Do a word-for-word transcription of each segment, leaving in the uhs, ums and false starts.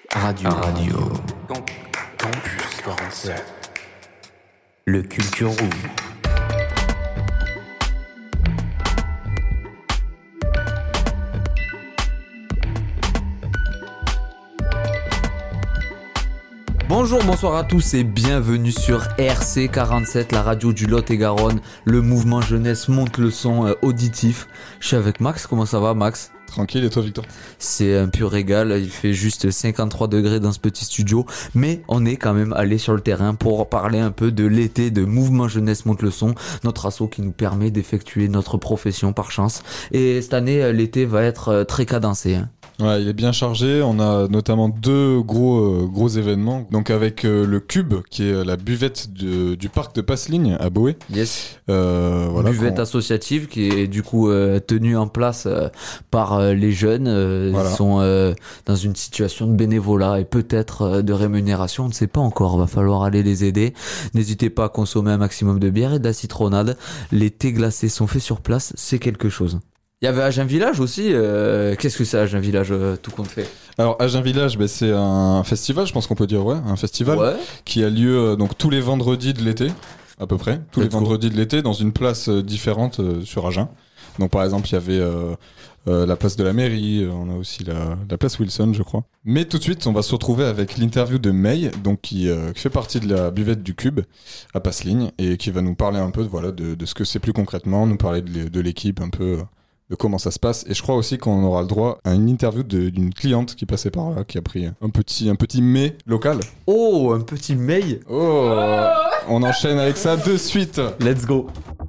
Radio. Radio. Campus quarante-sept. Le Culture Room. Bonjour, bonsoir à tous et bienvenue sur R C quarante-sept, la radio du Lot-et-Garonne. Le mouvement jeunesse monte le son euh, auditif. Je suis avec Max, comment ça va Max ? Tranquille, et toi Victor ? C'est un pur régal, il fait juste cinquante-trois degrés dans ce petit studio, mais on est quand même allé sur le terrain pour parler un peu de l'été de Mouvement Jeunesse Monte le Son, notre asso qui nous permet d'effectuer notre profession par chance. Et cette année, l'été va être très cadencé. Hein. Ouais, il est bien chargé, on a notamment deux gros euh, gros événements, donc avec euh, le Cube, qui est la buvette de, du parc de Passeligne à Boé. Yes. Euh, voilà, buvette qu'on... associative qui est du coup euh, tenue en place euh, par euh, les jeunes, euh, voilà. Ils sont euh, dans une situation de bénévolat et peut-être euh, de rémunération, on ne sait pas encore, va falloir aller les aider. N'hésitez pas à consommer un maximum de bière et de la citronnade, les thés glacés sont faits sur place, c'est quelque chose. Il y avait Agen Village aussi. Euh, qu'est-ce que c'est Agen Village, euh, tout compte fait ? Alors Agen Village, bah, c'est un festival, je pense qu'on peut dire, ouais, un festival ouais. qui a lieu euh, donc tous les vendredis de l'été, à peu près, tous c'est les cool. vendredis de l'été, dans une place euh, différente euh, sur Agen. Donc par exemple, il y avait euh, euh, la place de la mairie, euh, on a aussi la, la place Wilson, je crois. Mais tout de suite, on va se retrouver avec l'interview de May, donc qui, euh, qui fait partie de la buvette du Cube à Passeligne et qui va nous parler un peu de, voilà, de, de ce que c'est plus concrètement, nous parler de, de l'équipe un peu... Euh, de comment ça se passe, et je crois aussi qu'on aura le droit à une interview de, d'une cliente qui passait par là, qui a pris un petit, un petit mets local. Oh, un petit mail. Oh, on enchaîne avec ça de suite. Let's go.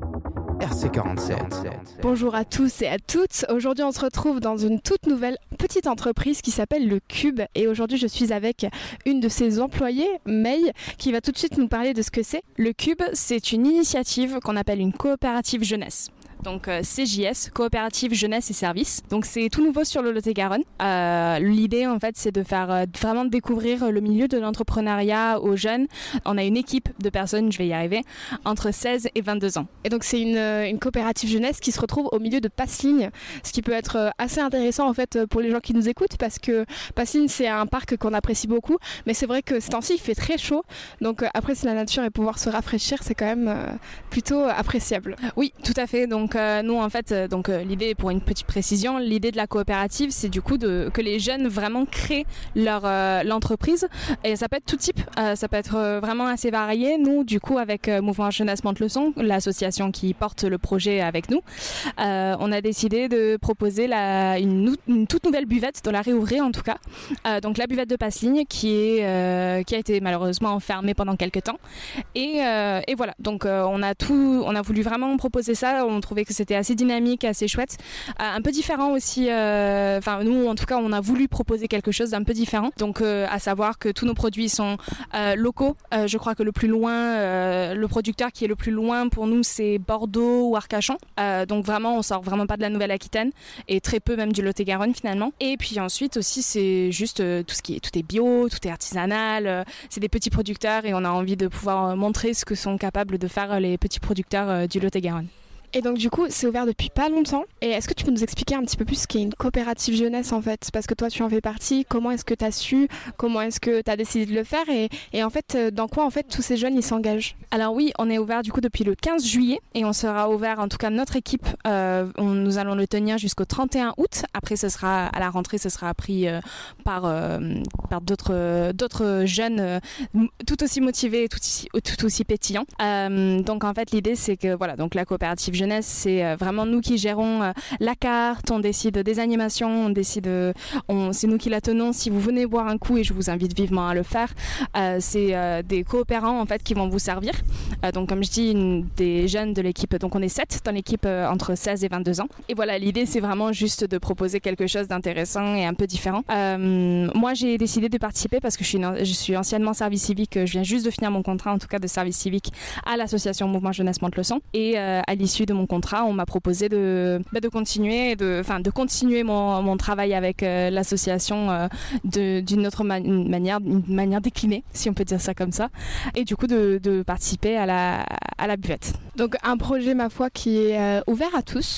R C quarante-sept. Bonjour à tous et à toutes. Aujourd'hui, on se retrouve dans une toute nouvelle petite entreprise qui s'appelle le Cube. Et aujourd'hui, je suis avec une de ses employées, May, qui va tout de suite nous parler de ce que c'est. Le Cube, c'est une initiative qu'on appelle une coopérative jeunesse. Donc euh, C J S, Coopérative Jeunesse et Services. Donc c'est tout nouveau sur le Lot-et-Garonne. Euh, l'idée en fait c'est de faire euh, vraiment découvrir le milieu de l'entrepreneuriat aux jeunes. On a une équipe de personnes, je vais y arriver, entre seize et vingt-deux ans. Et donc c'est une, une coopérative jeunesse qui se retrouve au milieu de Passeligne, ce qui peut être assez intéressant en fait pour les gens qui nous écoutent parce que Passeligne c'est un parc qu'on apprécie beaucoup, mais c'est vrai que ce temps-ci il fait très chaud, donc euh, apprécier la nature et pouvoir se rafraîchir c'est quand même euh, plutôt appréciable. Oui, tout à fait. Donc Donc euh, nous en fait, euh, donc euh, l'idée pour une petite précision, l'idée de la coopérative, c'est du coup de que les jeunes vraiment créent leur euh, l'entreprise et ça peut être tout type, euh, ça peut être euh, vraiment assez varié. Nous du coup avec euh, Mouvement Jeunesse Monte le Son, l'association qui porte le projet avec nous, euh, on a décidé de proposer la, une, une toute nouvelle buvette, de la réouvrir en tout cas. Euh, donc la buvette de Passeligne qui est euh, qui a été malheureusement fermée pendant quelques temps et, euh, et voilà. Donc euh, on a tout, on a voulu vraiment proposer ça. On trouvait que c'était assez dynamique, assez chouette, euh, un peu différent aussi. Enfin, euh, nous, en tout cas, on a voulu proposer quelque chose d'un peu différent. Donc, euh, à savoir que tous nos produits sont euh, locaux. Euh, je crois que le plus loin, euh, le producteur qui est le plus loin pour nous, c'est Bordeaux ou Arcachon. Euh, donc, vraiment, on sort vraiment pas de la Nouvelle-Aquitaine et très peu même du Lot-et-Garonne finalement. Et puis ensuite aussi, c'est juste euh, tout ce qui est, tout est bio, tout est artisanal. Euh, c'est des petits producteurs et on a envie de pouvoir montrer ce que sont capables de faire les petits producteurs euh, du Lot-et-Garonne. Et donc du coup, c'est ouvert depuis pas longtemps. Et est-ce que tu peux nous expliquer un petit peu plus ce qu'est une coopérative jeunesse en fait ? Parce que toi, tu en fais partie. Comment est-ce que tu as su ? Comment est-ce que tu as décidé de le faire ? Et, et en fait, dans quoi en fait tous ces jeunes ils s'engagent ? Alors oui, on est ouvert du coup depuis le quinze juillet et on sera ouvert, en tout cas notre équipe, euh, on, nous allons le tenir jusqu'au trente et un août. Après, ce sera à la rentrée, ce sera pris euh, par, euh, par d'autres, euh, d'autres jeunes euh, tout aussi motivés et tout aussi, tout aussi pétillants. Euh, donc en fait, l'idée c'est que voilà, donc la coopérative jeunesse, c'est vraiment nous qui gérons euh, la carte, on décide des animations, on décide, on, c'est nous qui la tenons. Si vous venez boire un coup, et je vous invite vivement à le faire, euh, c'est euh, des coopérants en fait qui vont vous servir. Euh, donc comme je dis, une, des jeunes de l'équipe, donc on est sept dans l'équipe euh, entre seize et vingt-deux ans. Et voilà, l'idée c'est vraiment juste de proposer quelque chose d'intéressant et un peu différent. Euh, moi j'ai décidé de participer parce que je suis, une, je suis anciennement service civique, je viens juste de finir mon contrat en tout cas de service civique à l'association Mouvement Jeunesse Monte le Son. Et euh, à l'issue de mon contrat, on m'a proposé de, bah, de continuer, de, enfin, de continuer mon, mon travail avec euh, l'association euh, de, d'une autre ma- une manière, une manière déclinée, si on peut dire ça comme ça, et du coup de, de participer à la, à la buvette. Donc un projet, ma foi, qui est euh, ouvert à tous.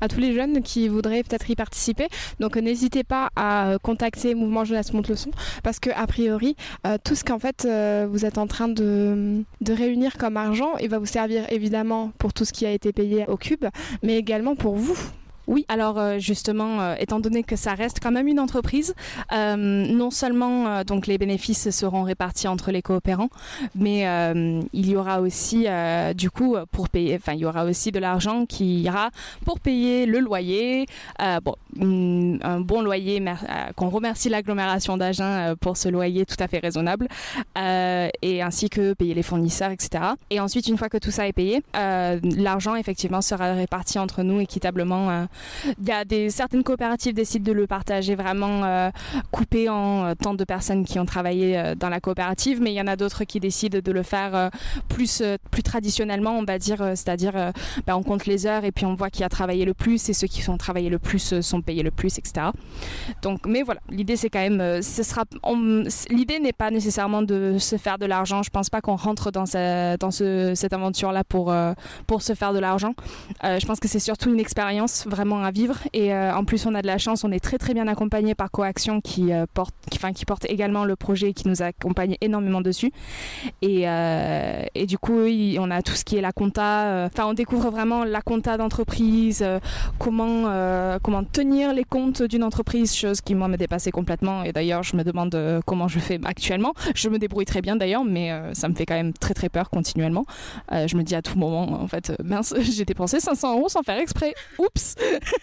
à tous les jeunes qui voudraient peut-être y participer. Donc euh, n'hésitez pas à contacter Mouvement Jeunesse Monte le Son parce que a priori euh, tout ce qu'en fait euh, vous êtes en train de, de réunir comme argent, il va vous servir évidemment pour tout ce qui a été payé au Cube, mais également pour vous. Oui, alors euh, justement, euh, étant donné que ça reste quand même une entreprise, euh, non seulement euh, donc les bénéfices seront répartis entre les coopérants, mais euh, il y aura aussi euh, du coup pour payer, enfin il y aura aussi de l'argent qui ira pour payer le loyer, euh, bon, un bon loyer, mer- euh, qu'on remercie l'agglomération d'Agen euh, pour ce loyer tout à fait raisonnable, euh, et ainsi que payer les fournisseurs, et cetera. Et ensuite, une fois que tout ça est payé, euh, l'argent effectivement sera réparti entre nous équitablement. Euh, Il y a des, certaines coopératives décident de le partager vraiment euh, coupé en euh, tant de personnes qui ont travaillé euh, dans la coopérative, mais il y en a d'autres qui décident de le faire euh, plus, euh, plus traditionnellement, on va dire, euh, c'est-à-dire euh, ben, on compte les heures et puis on voit qui a travaillé le plus et ceux qui ont travaillé le plus euh, sont payés le plus, et cetera. Donc, mais voilà, l'idée c'est quand même, euh, ce sera, on, l'idée n'est pas nécessairement de se faire de l'argent. Je pense pas qu'on rentre dans, ce, dans ce, cette aventure-là pour, euh, pour se faire de l'argent. Euh, je pense que c'est surtout une expérience vraiment à vivre et euh, en plus on a de la chance, on est très très bien accompagné par Coaction qui, euh, porte, qui, enfin, qui porte également le projet et qui nous accompagne énormément dessus et, euh, et du coup oui, on a tout ce qui est la compta, enfin euh, on découvre vraiment la compta d'entreprise, euh, comment, euh, comment tenir les comptes d'une entreprise, chose qui moi me dépassait complètement et d'ailleurs je me demande euh, comment je fais actuellement. Je me débrouille très bien d'ailleurs, mais euh, ça me fait quand même très très peur continuellement. Euh, je me dis à tout moment en fait, mince, j'ai dépensé cinq cents euros sans faire exprès, oups.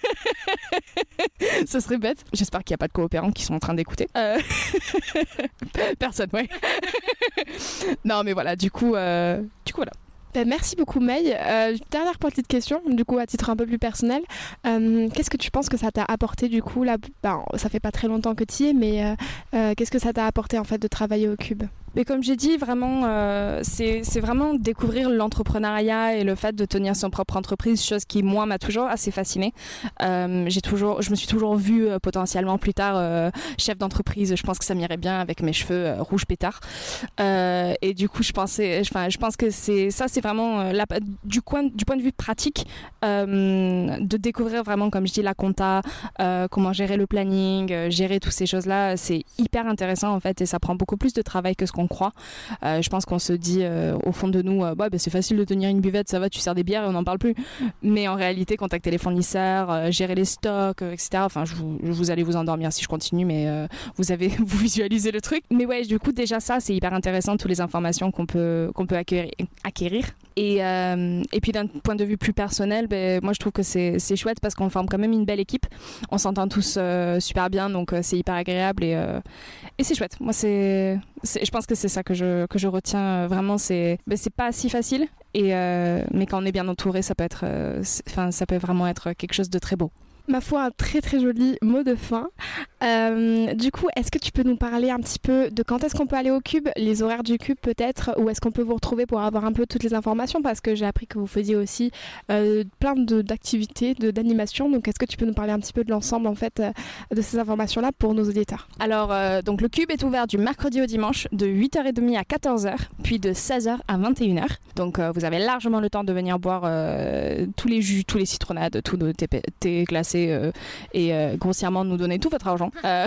Ce serait bête. J'espère qu'il n'y a pas de coopérants qui sont en train d'écouter. Euh... Personne, ouais. Non, mais voilà, du coup, euh... du coup, voilà. Ben, merci beaucoup May. Euh, dernière petite question, du coup à titre un peu plus personnel, euh, qu'est-ce que tu penses que ça t'a apporté du coup là, ben, ça fait pas très longtemps que tu y es, mais euh, euh, qu'est-ce que ça t'a apporté en fait de travailler au Cube? Mais comme j'ai dit, vraiment, euh, c'est, c'est vraiment découvrir l'entrepreneuriat et le fait de tenir son propre entreprise, chose qui, moi, m'a toujours assez fascinée. Euh, j'ai toujours, je me suis toujours vue euh, potentiellement plus tard euh, chef d'entreprise. Je pense que ça m'irait bien avec mes cheveux euh, rouge pétard. Euh, et du coup, je, pensais, je, je pense que c'est, ça, c'est vraiment, euh, la, du, coin, du point de vue pratique, euh, de découvrir vraiment, comme je dis, la compta, euh, comment gérer le planning, euh, gérer toutes ces choses-là. C'est hyper intéressant, en fait, et ça prend beaucoup plus de travail que ce qu'on croit. Euh, je pense qu'on se dit euh, au fond de nous, euh, bah, bah, c'est facile de tenir une buvette, ça va, tu sers des bières et on n'en parle plus. Mais en réalité, contacter les fournisseurs, euh, gérer les stocks, euh, et cetera. Enfin, je vous, vous allez vous endormir si je continue, mais euh, vous avez, vous visualisez le truc. Mais ouais, du coup, déjà ça, c'est hyper intéressant, toutes les informations qu'on peut, qu'on peut acquérir. acquérir. Et, euh, et puis d'un point de vue plus personnel, ben, moi je trouve que c'est, c'est chouette parce qu'on forme quand même une belle équipe. On s'entend tous euh, super bien, donc euh, c'est hyper agréable et, euh, et c'est chouette. Moi, c'est, c'est, je pense que c'est ça que je, que je retiens euh, vraiment. C'est, ben, c'est pas si facile, et, euh, mais quand on est bien entouré, ça peut, être, euh, ça peut vraiment être quelque chose de très beau. Ma foi, un très très joli mot de fin. Euh, du coup, est-ce que tu peux nous parler un petit peu de quand est-ce qu'on peut aller au Cube, les horaires du Cube peut-être, où est-ce qu'on peut vous retrouver pour avoir un peu toutes les informations, parce que j'ai appris que vous faisiez aussi euh, plein de, d'activités, de, d'animations. Donc, est-ce que tu peux nous parler un petit peu de l'ensemble en fait euh, de ces informations-là pour nos auditeurs? Alors, euh, donc le Cube est ouvert du mercredi au dimanche de huit heures trente à quatorze heures, puis de seize heures à vingt et une heures. Donc, euh, vous avez largement le temps de venir boire euh, tous les jus, tous les citronnades, tous nos thés, thés glacés. Euh, et euh, grossièrement nous donner tout votre argent. Euh...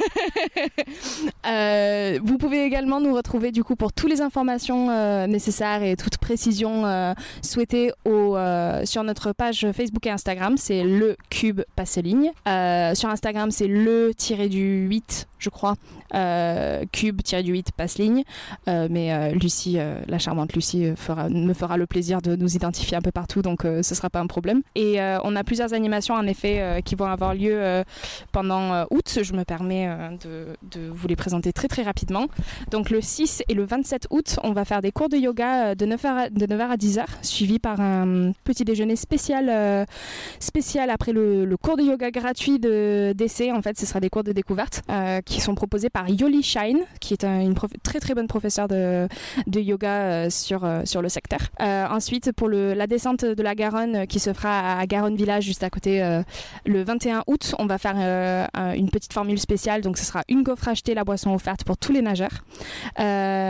euh, vous pouvez également nous retrouver du coup pour toutes les informations euh, nécessaires et toute précision euh, souhaitée au, euh, sur notre page Facebook et Instagram, c'est le Cube Passeligne. Euh, sur Instagram, c'est le tiré du huit, je crois, euh, Cube tiré du huit Passeligne. Euh, mais euh, Lucie, euh, la charmante Lucie, fera, me fera le plaisir de nous identifier un peu partout, donc euh, ce sera pas un problème. Et euh, on a plusieurs animations en effet euh, qui vont avoir lieu euh, pendant euh, août. Je me permets euh, de, de vous les présenter très très rapidement. Donc le six et le vingt-sept août, on va faire des cours de yoga euh, de neuf heures à, de neuf heures à dix heures, suivi par un petit déjeuner spécial, euh, spécial après le, le cours de yoga gratuit de, d'essai. En fait, ce sera des cours de découverte euh, qui sont proposés par Yoli Shine, qui est un, une prof, très très bonne professeure de, de yoga euh, sur, euh, sur le secteur. Euh, ensuite, pour le, la descente de la Garonne euh, qui se fera à Garonne Village, juste à côté, euh, le vingt et un août, on va faire euh, une petite formule spéciale, donc ce sera une gaufre achetée, la boisson offerte pour tous les nageurs. Euh,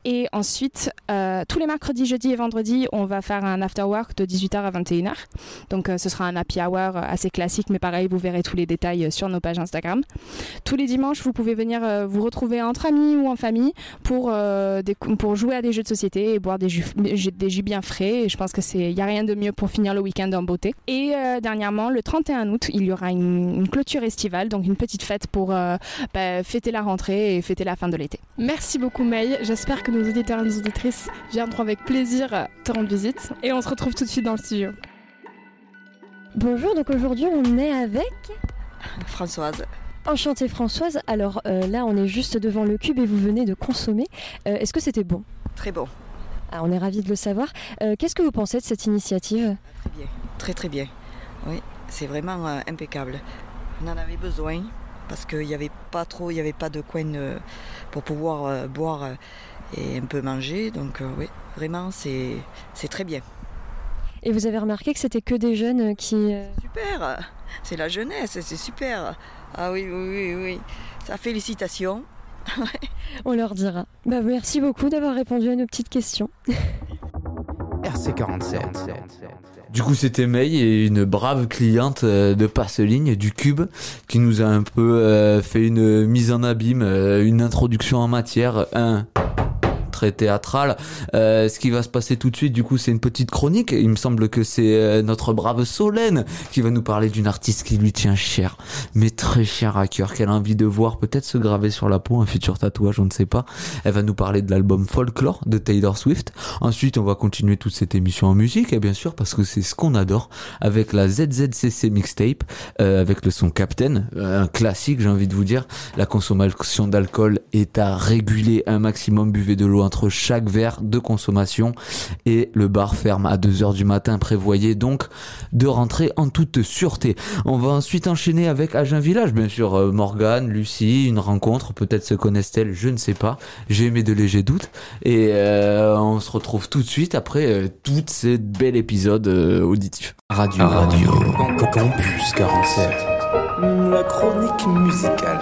Et ensuite, euh, tous les mercredis, jeudis et vendredis, on va faire un after work de dix-huit heures à vingt et une heures. Donc euh, ce sera un happy hour assez classique, mais pareil, vous verrez tous les détails sur nos pages Instagram. Tous les dimanches, vous pouvez venir euh, vous retrouver entre amis ou en famille pour, euh, des, pour jouer à des jeux de société et boire des jus, des jus bien frais. Et je pense qu'il n'y a rien de mieux pour finir le week-end en beauté. Et euh, dernièrement, le trente et un août, il y aura une, une clôture estivale, donc une petite fête pour euh, bah, fêter la rentrée et fêter la fin de l'été. Merci beaucoup May, j'espère que nos auditeurs et nos auditrices viendront avec plaisir te rendre visite. Et on se retrouve tout de suite dans le studio. Bonjour, donc aujourd'hui on est avec... Françoise. Enchantée Françoise, alors euh, là on est juste devant le cube et vous venez de consommer. Euh, est-ce que c'était bon ? Très bon. Ah, on est ravis de le savoir. Euh, qu'est-ce que vous pensez de cette initiative ? Très bien, très très bien. Oui, c'est vraiment euh, impeccable. On en avait besoin parce qu'il n'y avait pas trop, il n'y avait pas de coin euh, pour pouvoir euh, boire euh, et un peu manger. Donc euh, oui, vraiment c'est, c'est très bien. Et vous avez remarqué que c'était que des jeunes qui... Euh... Super, c'est la jeunesse, c'est super. Ah oui, oui, oui, oui. Ça, félicitations. On leur dira. Bah, merci beaucoup d'avoir répondu à nos petites questions. R C quarante-sept. Du coup, c'était May, et une brave cliente de Passe-Ligne du Cube, qui nous a un peu euh, fait une mise en abîme, euh, une introduction en matière. Un très théâtral. Euh, ce qui va se passer tout de suite, du coup, c'est une petite chronique. Il me semble que c'est euh, notre brave Solène qui va nous parler d'une artiste qui lui tient cher, mais très cher à cœur, qu'elle a envie de voir peut-être se graver sur la peau, un futur tatouage, on ne sait pas. Elle va nous parler de l'album Folklore de Taylor Swift. Ensuite, on va continuer toute cette émission en musique, et bien sûr, parce que c'est ce qu'on adore, avec la Z Z C C mixtape, euh, avec le son Captain, euh, un classique, j'ai envie de vous dire. La consommation d'alcool est à réguler un maximum, buvez de l'eau entre chaque verre de consommation, et le bar ferme à deux heures du matin. Prévoyez donc de rentrer en toute sûreté. On va ensuite enchaîner avec Agen Village, bien sûr. euh, Morgane, Lucie, une rencontre, peut-être se connaissent-elles, je ne sais pas. J'ai émis de légers doutes, et euh, on se retrouve tout de suite après euh, tout ce bel épisode euh, auditif. Radio, Radio, Campus quarante-sept. La chronique musicale.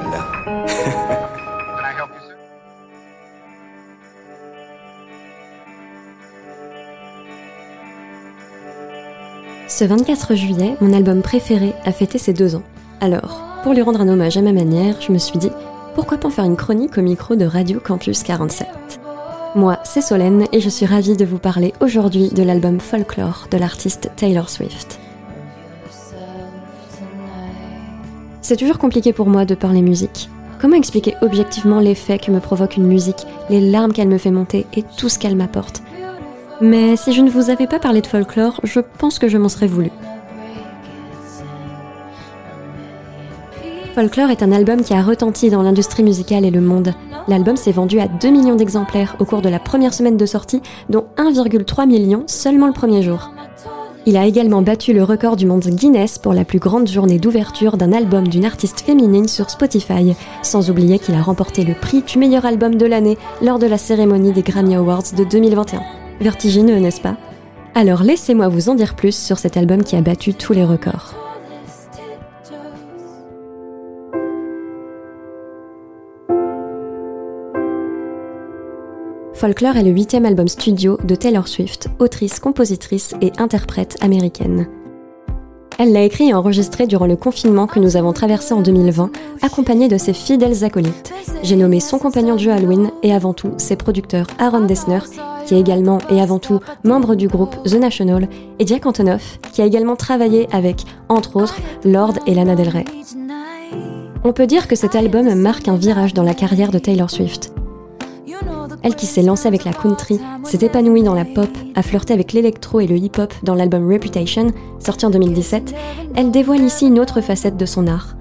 Ce vingt-quatre juillet, mon album préféré a fêté ses deux ans. Alors, pour lui rendre un hommage à ma manière, je me suis dit, pourquoi pas faire une chronique au micro de Radio Campus quarante-sept. Moi, c'est Solène et je suis ravie de vous parler aujourd'hui de l'album Folklore de l'artiste Taylor Swift. C'est toujours compliqué pour moi de parler musique. Comment expliquer objectivement l'effet que me provoque une musique, les larmes qu'elle me fait monter et tout ce qu'elle m'apporte ? Mais si je ne vous avais pas parlé de Folklore, je pense que je m'en serais voulu. Folklore est un album qui a retenti dans l'industrie musicale et le monde. L'album s'est vendu à deux millions d'exemplaires au cours de la première semaine de sortie, dont un virgule trois million seulement le premier jour. Il a également battu le record du monde Guinness pour la plus grande journée d'ouverture d'un album d'une artiste féminine sur Spotify, sans oublier qu'il a remporté le prix du meilleur album de l'année lors de la cérémonie des Grammy Awards de deux mille vingt et un. Vertigineux, n'est-ce pas ? Alors laissez-moi vous en dire plus sur cet album qui a battu tous les records. Folklore est le huitième album studio de Taylor Swift, autrice, compositrice et interprète américaine. Elle l'a écrit et enregistré durant le confinement que nous avons traversé en deux mille vingt, accompagnée de ses fidèles acolytes. J'ai nommé son compagnon de jeu Halloween et avant tout ses producteurs Aaron Dessner, qui est également et avant tout membre du groupe The National, et Jack Antonoff, qui a également travaillé avec, entre autres, Lorde et Lana Del Rey. On peut dire que cet album marque un virage dans la carrière de Taylor Swift. Elle qui s'est lancée avec la country, s'est épanouie dans la pop, a flirté avec l'électro et le hip-hop dans l'album Reputation, sorti en deux mille dix-sept, elle dévoile ici une autre facette de son art.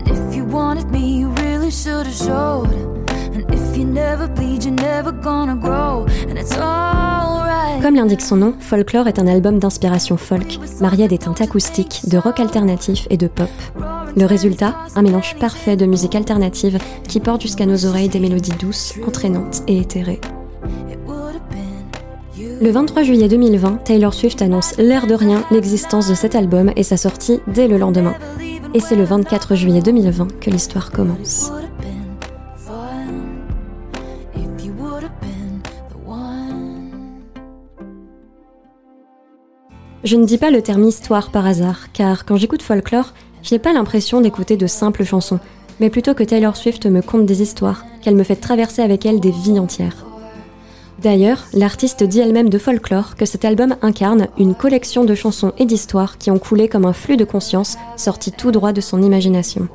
Comme l'indique son nom, Folklore est un album d'inspiration folk, marié à des teintes acoustiques, de rock alternatif et de pop. Le résultat, un mélange parfait de musique alternative qui porte jusqu'à nos oreilles des mélodies douces, entraînantes et éthérées. Le vingt-trois juillet deux mille vingt, Taylor Swift annonce l'air de rien l'existence de cet album et sa sortie dès le lendemain. Et c'est le vingt-quatre juillet deux mille vingt que l'histoire commence. Je ne dis pas le terme histoire par hasard, car quand j'écoute folklore, je n'ai pas l'impression d'écouter de simples chansons, mais plutôt que Taylor Swift me conte des histoires, qu'elle me fait traverser avec elle des vies entières. D'ailleurs, l'artiste dit elle-même de folklore que cet album incarne une collection de chansons et d'histoires qui ont coulé comme un flux de conscience sorti tout droit de son imagination.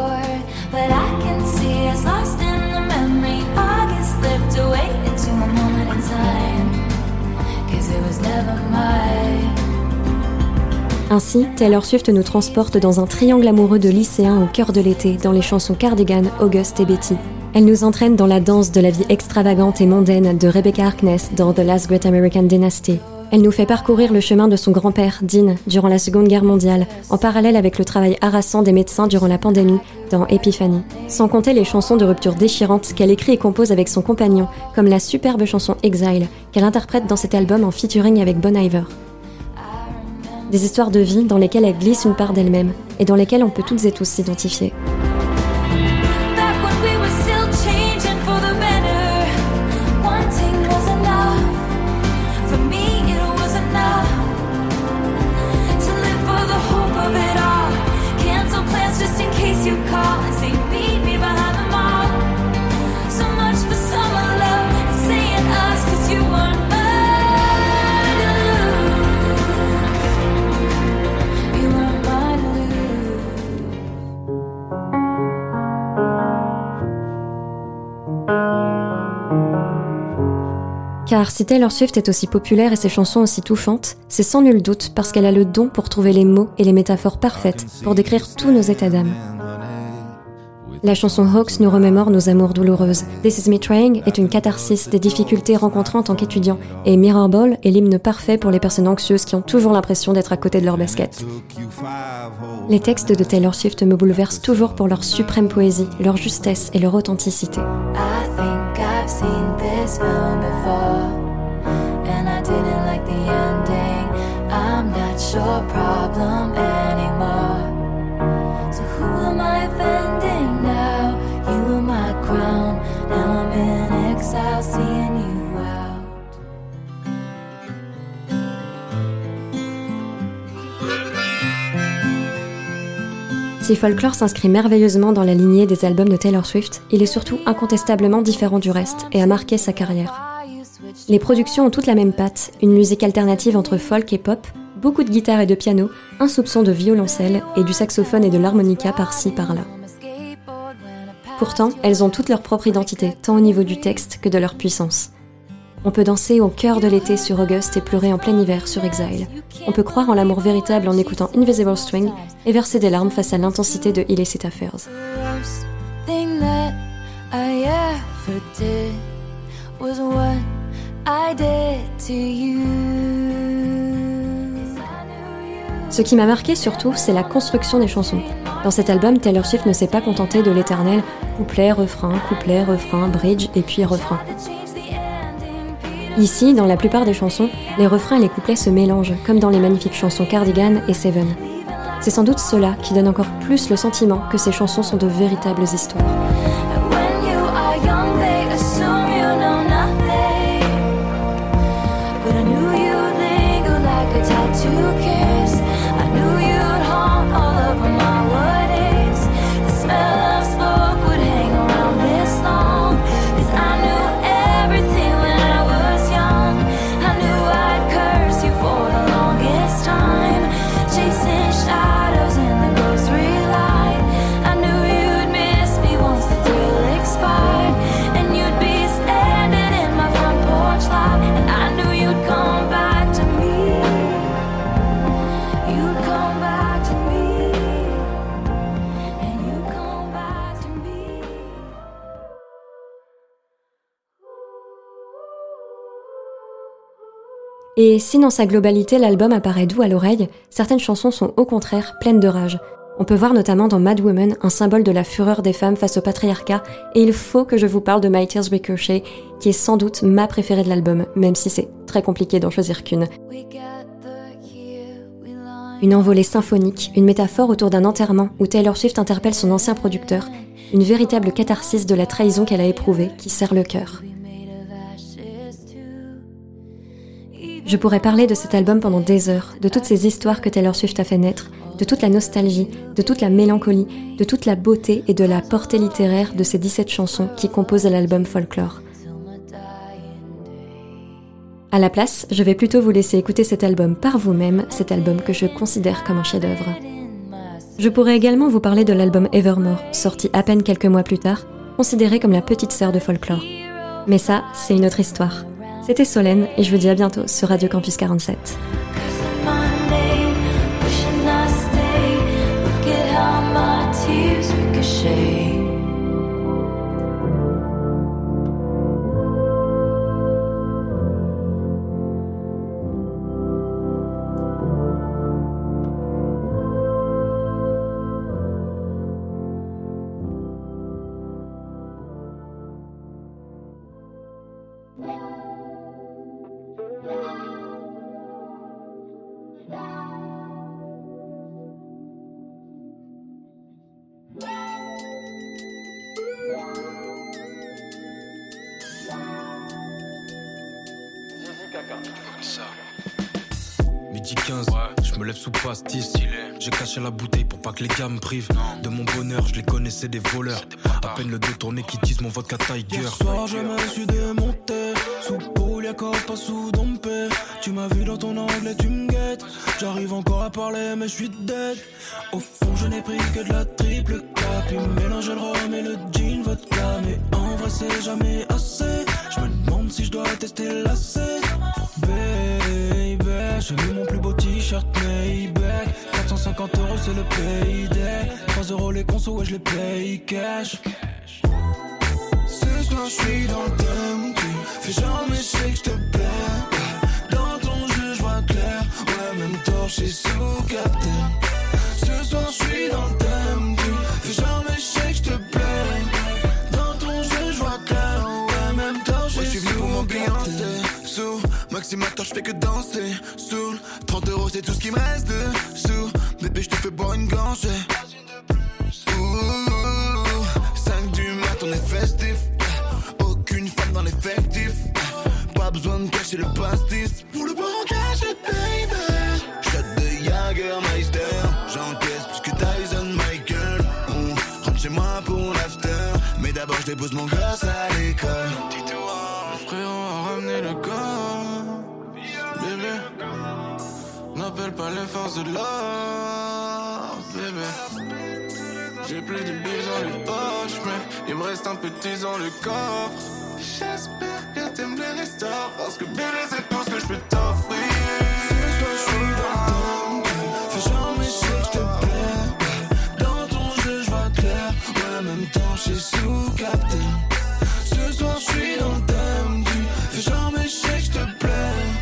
Ainsi, Taylor Swift nous transporte dans un triangle amoureux de lycéens au cœur de l'été dans les chansons Cardigan, August et Betty. Elle nous entraîne dans la danse de la vie extravagante et mondaine de Rebecca Harkness dans The Last Great American Dynasty. Elle nous fait parcourir le chemin de son grand-père, Dean, durant la Seconde Guerre mondiale, en parallèle avec le travail harassant des médecins durant la pandémie, dans Epiphany. Sans compter les chansons de rupture déchirantes qu'elle écrit et compose avec son compagnon, comme la superbe chanson Exile, qu'elle interprète dans cet album en featuring avec Bon Iver. Des histoires de vie dans lesquelles elle glisse une part d'elle-même, et dans lesquelles on peut toutes et tous s'identifier. Car si Taylor Swift est aussi populaire et ses chansons aussi touchantes, c'est sans nul doute parce qu'elle a le don pour trouver les mots et les métaphores parfaites pour décrire tous nos états d'âme. La chanson Hoax nous remémore nos amours douloureuses. This Is Me Trying est une catharsis des difficultés rencontrées en tant qu'étudiant, et Mirror Ball est l'hymne parfait pour les personnes anxieuses qui ont toujours l'impression d'être à côté de leur basket. Les textes de Taylor Swift me bouleversent toujours pour leur suprême poésie, leur justesse et leur authenticité. I think I've seen this film before, and I didn't like the ending. I'm not your problem anymore. So who am I offending now? You were my crown. Now I'm in exile, seeing you out. Si Folklore s'inscrit merveilleusement dans la lignée des albums de Taylor Swift, il est surtout incontestablement différent du reste et a marqué sa carrière. Les productions ont toutes la même patte, une musique alternative entre folk et pop, beaucoup de guitare et de piano, un soupçon de violoncelle et du saxophone et de l'harmonica par-ci par-là. Pourtant, elles ont toutes leur propre identité, tant au niveau du texte que de leur puissance. On peut danser au cœur de l'été sur August et pleurer en plein hiver sur Exile. On peut croire en l'amour véritable en écoutant Invisible String et verser des larmes face à l'intensité de Illicit Affairs. Ce qui m'a marqué surtout, c'est la construction des chansons. Dans cet album, Taylor Swift ne s'est pas contentée de l'éternel couplet, refrain, couplet, refrain, bridge et puis refrain. Ici, dans la plupart des chansons, les refrains et les couplets se mélangent, comme dans les magnifiques chansons Cardigan et Seven. C'est sans doute cela qui donne encore plus le sentiment que ces chansons sont de véritables histoires. Et si dans sa globalité l'album apparaît doux à l'oreille, certaines chansons sont au contraire pleines de rage. On peut voir notamment dans Mad Woman un symbole de la fureur des femmes face au patriarcat, et il faut que je vous parle de My Tears Ricochet, qui est sans doute ma préférée de l'album, même si c'est très compliqué d'en choisir qu'une. Une envolée symphonique, une métaphore autour d'un enterrement où Taylor Swift interpelle son ancien producteur, une véritable catharsis de la trahison qu'elle a éprouvée qui serre le cœur. Je pourrais parler de cet album pendant des heures, de toutes ces histoires que Taylor Swift a fait naître, de toute la nostalgie, de toute la mélancolie, de toute la beauté et de la portée littéraire de ces dix-sept chansons qui composent l'album Folklore. À la place, je vais plutôt vous laisser écouter cet album par vous-même, cet album que je considère comme un chef-d'œuvre. Je pourrais également vous parler de l'album Evermore, sorti à peine quelques mois plus tard, considéré comme la petite sœur de Folklore. Mais ça, c'est une autre histoire. C'était Solène et je vous dis à bientôt sur Radio Campus quarante-sept. midi quinze, ouais. Je me lève sous pastis. J'ai caché la bouteille pour pas que les gars me privent non. De mon bonheur, je les connaissais des voleurs. À peine le dos tourné qui disent mon vodka Tiger. Hier soir je me suis démonté. Sous Pouliakov, pas sous dompé. Tu m'as vu dans ton angle et tu me guettes. J'arrive encore à parler mais je suis dead. Au fond je n'ai pris que de la triple K. Puis mélanger le rhum et le gin vodka. Mais en vrai c'est jamais assez. Je me demande si je dois tester l'A C. Baby, j'ai mis mon plus beau t-shirt Maybach. Quatre cent cinquante euros c'est le payday. Trois euros les consos, ouais je les paye cash. Ce soir je suis dans le thème. Tu fais jamais chier que je te plais. Dans ton jeu je vois clair. Ouais même torché sous captain. Ce soir je suis dans le thème. Tu fais jamais chier que je te plais. Dans ton jeu je vois clair. Ouais même torché ouais, sous pour mon captain. Sous Maximateur, je fais que danser. Soul, trente euros, c'est tout ce qui me reste dessous. Bébé, je te fais boire une gorgée. Ouh, cinq du mat, on est festif. Aucune femme dans l'effectif. Pas besoin de cacher le pastis. Pour le bon cash, baby. Shot de Jagermeister. J'encaisse plus que Tyson Michael. On rentre chez moi pour l'after. Mais d'abord, je dépose mon gosse à l'école. Le frérot a ramené le corps. Bébé, n'appelle pas les forces de l'ordre, bébé. J'ai plus de billes dans les poches, mais il me reste un peu de tease dans le coffre. J'espère que t'aimes les restos, parce que bébé c'est tout ce que je peux t'offrir. Ce soir je suis dans le fais jamais chier que je te plais. Dans ton jeu je vois clair, ouais en même temps j'suis sous capté. Ce soir je suis dans le thème du fais jamais chier que je te plais.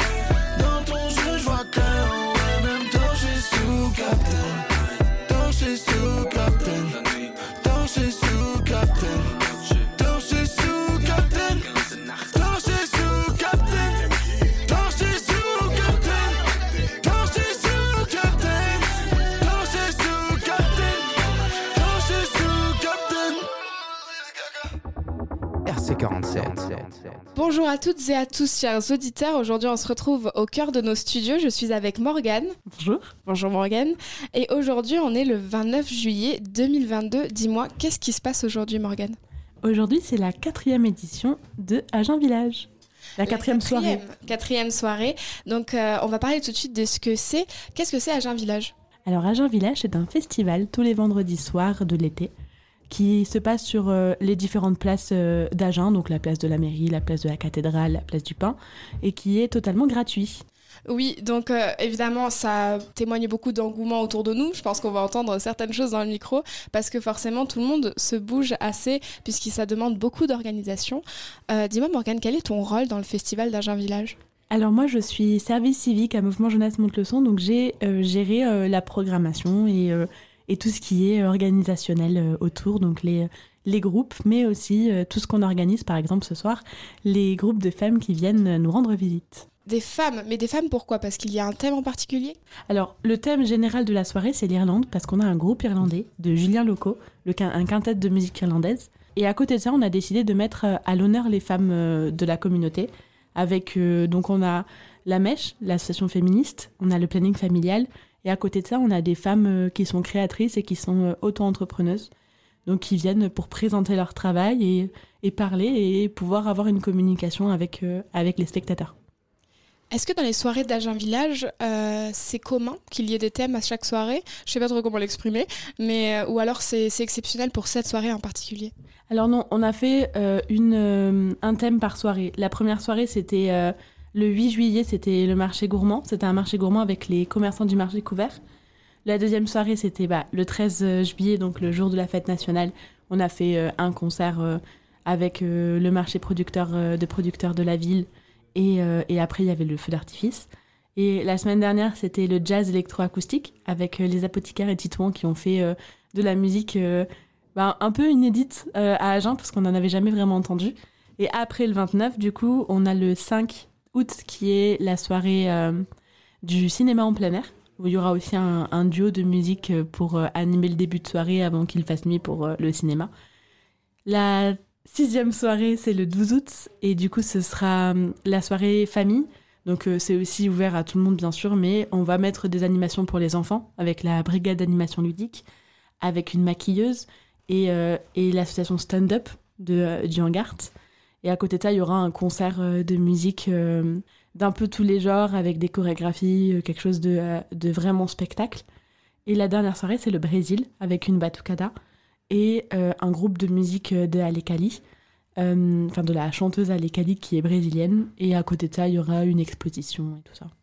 Bonjour à toutes et à tous, chers auditeurs. Aujourd'hui, on se retrouve au cœur de nos studios. Je suis avec Morgane. Bonjour. Bonjour Morgane. Et aujourd'hui, on est le vingt-neuf juillet deux mille vingt-deux. Dis-moi, qu'est-ce qui se passe aujourd'hui, Morgane ? Aujourd'hui, c'est la quatrième édition de Agen Village. La quatrième, la quatrième soirée. Quatrième soirée. Donc, euh, on va parler tout de suite de ce que c'est. Qu'est-ce que c'est Agen Village ? Alors, Agen Village, c'est un festival tous les vendredis soirs de l'été qui se passe sur euh, les différentes places euh, d'Agen, donc la place de la mairie, la place de la cathédrale, la place du pain, et qui est totalement gratuit. Oui, donc euh, évidemment, ça témoigne beaucoup d'engouement autour de nous. Je pense qu'on va entendre certaines choses dans le micro, parce que forcément, tout le monde se bouge assez, puisque ça demande beaucoup d'organisation. Euh, dis-moi, Morgane, quel est ton rôle dans le festival d'Agen Village ? Alors moi, je suis service civique à Mouvement Jeunesse Monte-le-Son, donc j'ai euh, géré euh, la programmation et... Euh, et tout ce qui est organisationnel euh, autour, donc les, les groupes, mais aussi euh, tout ce qu'on organise, par exemple ce soir, les groupes de femmes qui viennent nous rendre visite. Des femmes, mais des femmes pourquoi ? Parce qu'il y a un thème en particulier ? Alors, le thème général de la soirée, c'est l'Irlande, parce qu'on a un groupe irlandais de Julien Loco, le, un quintet de musique irlandaise. Et à côté de ça, on a décidé de mettre à l'honneur les femmes euh, de la communauté, avec, euh, donc on a la Mèche, l'association féministe, on a le planning familial, et à côté de ça, on a des femmes euh, qui sont créatrices et qui sont euh, auto-entrepreneuses, donc qui viennent pour présenter leur travail et, et parler et pouvoir avoir une communication avec, euh, avec les spectateurs. Est-ce que dans les soirées d'Agen Village, euh, c'est commun qu'il y ait des thèmes à chaque soirée ? Je ne sais pas trop comment l'exprimer, mais euh, ou alors c'est, c'est exceptionnel pour cette soirée en particulier ? Alors non, on a fait euh, une, euh, un thème par soirée. La première soirée, c'était euh, le huit juillet, c'était le marché gourmand. C'était un marché gourmand avec les commerçants du marché couvert. La deuxième soirée, c'était bah, le treize juillet, donc le jour de la fête nationale. On a fait euh, un concert euh, avec euh, le marché producteur euh, de producteurs de la ville. Et, euh, et après, il y avait le feu d'artifice. Et la semaine dernière, c'était le jazz électroacoustique avec euh, les apothicaires et Titouan qui ont fait euh, de la musique euh, bah, un peu inédite euh, à Agen parce qu'on n'en avait jamais vraiment entendu. Et après le vingt-neuf, du coup, on a le cinq août qui est la soirée euh, du cinéma en plein air où il y aura aussi un, un duo de musique pour euh, animer le début de soirée avant qu'il fasse nuit pour euh, le cinéma. La sixième soirée, c'est le douze août, et du coup, ce sera la soirée famille. Donc, euh, c'est aussi ouvert à tout le monde, bien sûr, mais on va mettre des animations pour les enfants, avec la brigade d'animation ludique, avec une maquilleuse, et, euh, et l'association Stand-Up de, euh, du Hangart. Et à côté de ça, il y aura un concert euh, de musique euh, d'un peu tous les genres, avec des chorégraphies, euh, quelque chose de, euh, de vraiment spectacle. Et la dernière soirée, c'est le Brésil, avec une batucada, et euh, un groupe de musique de Alekali, euh, enfin de la chanteuse Alekali qui est brésilienne, et à côté de ça il y aura une exposition et tout ça.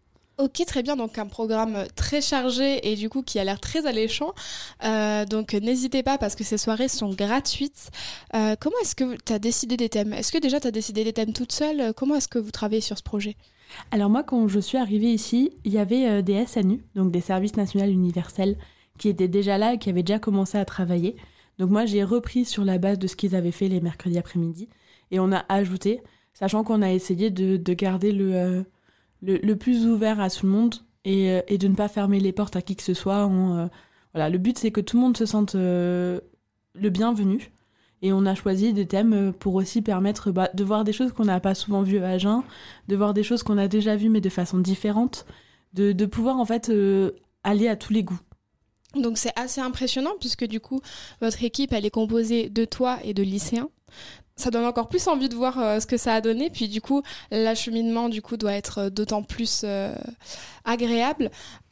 Ok, très bien, donc un programme très chargé et du coup qui a l'air très alléchant, euh, donc n'hésitez pas parce que ces soirées sont gratuites. Euh, comment est-ce que tu as décidé des thèmes ? Est-ce que déjà tu as décidé des thèmes toute seule ? Comment est-ce que vous travaillez sur ce projet ? Alors moi, quand je suis arrivée ici, il y avait euh, des S N U, donc des services nationaux universels, qui étaient déjà là et qui avaient déjà commencé à travailler. Donc moi, j'ai repris sur la base de ce qu'ils avaient fait les mercredis après-midi et on a ajouté, sachant qu'on a essayé de, de garder le, euh, le, le plus ouvert à tout le monde et, euh, et de ne pas fermer les portes à qui que ce soit. On, euh, voilà, le but, c'est que tout le monde se sente euh, le bienvenu. Et on a choisi des thèmes pour aussi permettre bah, de voir des choses qu'on n'a pas souvent vues à Agen, de voir des choses qu'on a déjà vues mais de façon différente, de, de pouvoir en fait euh, aller à tous les goûts. Donc c'est assez impressionnant puisque du coup votre équipe elle est composée de toi et de lycéens. Ça donne encore plus envie de voir euh, ce que ça a donné, puis du coup l'acheminement du coup doit être d'autant plus euh, agréable.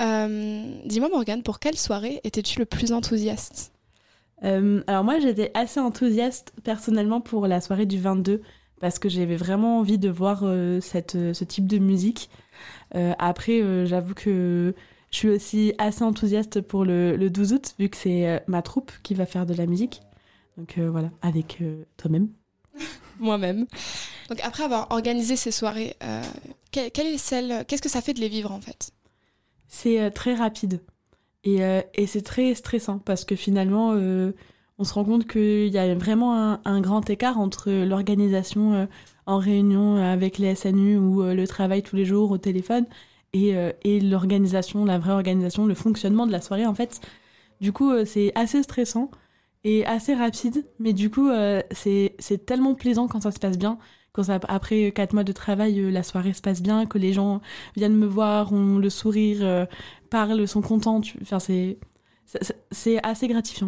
Euh, dis-moi Morgane, pour quelle soirée étais-tu le plus enthousiaste ? euh, Alors moi j'étais assez enthousiaste personnellement pour la soirée du vingt-deux parce que j'avais vraiment envie de voir euh, cette, ce type de musique. Euh, après euh, j'avoue que je suis aussi assez enthousiaste pour le, le douze août, vu que c'est euh, ma troupe qui va faire de la musique. Donc euh, voilà, avec euh, toi-même. Moi-même. Donc après avoir organisé ces soirées, euh, quelle, quelle est celle, qu'est-ce que ça fait de les vivre en fait ? C'est euh, très rapide. Et, euh, et c'est très stressant, parce que finalement, euh, on se rend compte qu'il y a vraiment un, un grand écart entre l'organisation euh, en réunion avec les S N U ou euh, le travail tous les jours au téléphone, Et, euh, et l'organisation, la vraie organisation, le fonctionnement de la soirée, en fait. Du coup, euh, c'est assez stressant et assez rapide, mais du coup, euh, c'est, c'est tellement plaisant quand ça se passe bien, quand ça, après quatre mois de travail, euh, la soirée se passe bien, que les gens viennent me voir, ont le sourire, euh, parlent, sont contents. Tu... Enfin, c'est, c'est, c'est assez gratifiant.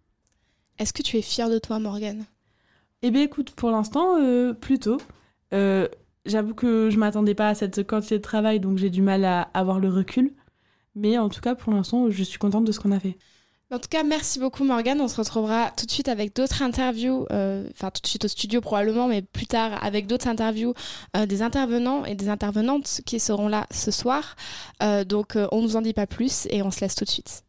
Est-ce que tu es fière de toi, Morgane ? Eh bien, écoute, pour l'instant, euh, plutôt. Euh, J'avoue que je m'attendais pas à cette quantité de travail, donc j'ai du mal à avoir le recul. Mais en tout cas, pour l'instant, je suis contente de ce qu'on a fait. En tout cas, merci beaucoup Morgane. On se retrouvera tout de suite avec d'autres interviews, euh, enfin tout de suite au studio probablement, mais plus tard avec d'autres interviews euh, des intervenants et des intervenantes qui seront là ce soir. Euh, donc euh, on ne nous en dit pas plus et on se laisse tout de suite.